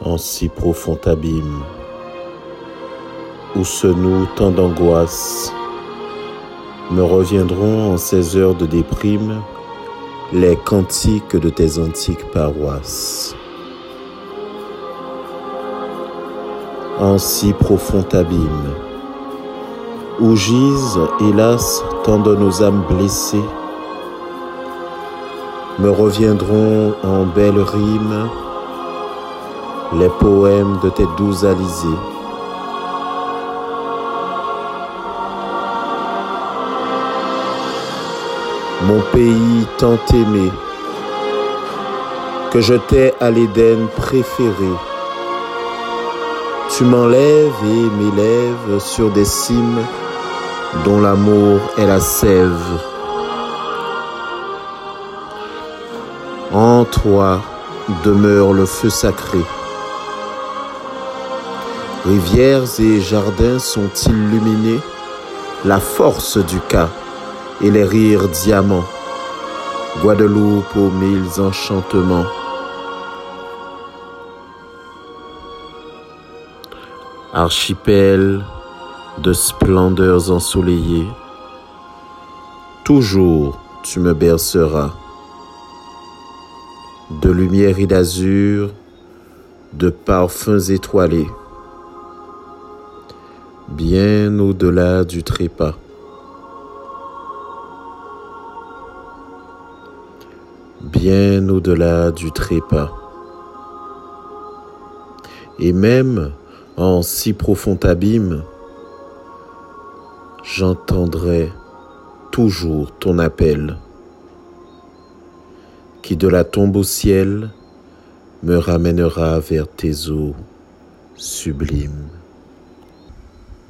en si profond abîme, où se nouent tant d'angoisses, me reviendront en ces heures de déprime les cantiques de tes antiques paroisses. En si profond abîme, où gisent, hélas, tant de nos âmes blessées, me reviendront en belles rimes les poèmes de tes doux alizés. Mon pays tant aimé, que je t'ai à l'Éden préféré, tu m'enlèves et m'élèves sur des cimes dont l'amour est la sève. En toi demeure le feu sacré. Rivières et jardins sont illuminés, la force du cas et les rires diamants, Guadeloupe aux mille enchantements. Archipel de splendeurs ensoleillées, toujours tu me berceras, de lumière et d'azur, de parfums étoilés, bien au-delà du trépas. Bien au-delà du trépas. Et même en si profond abîme, j'entendrai toujours ton appel, qui de la tombe au ciel me ramènera vers tes eaux sublimes.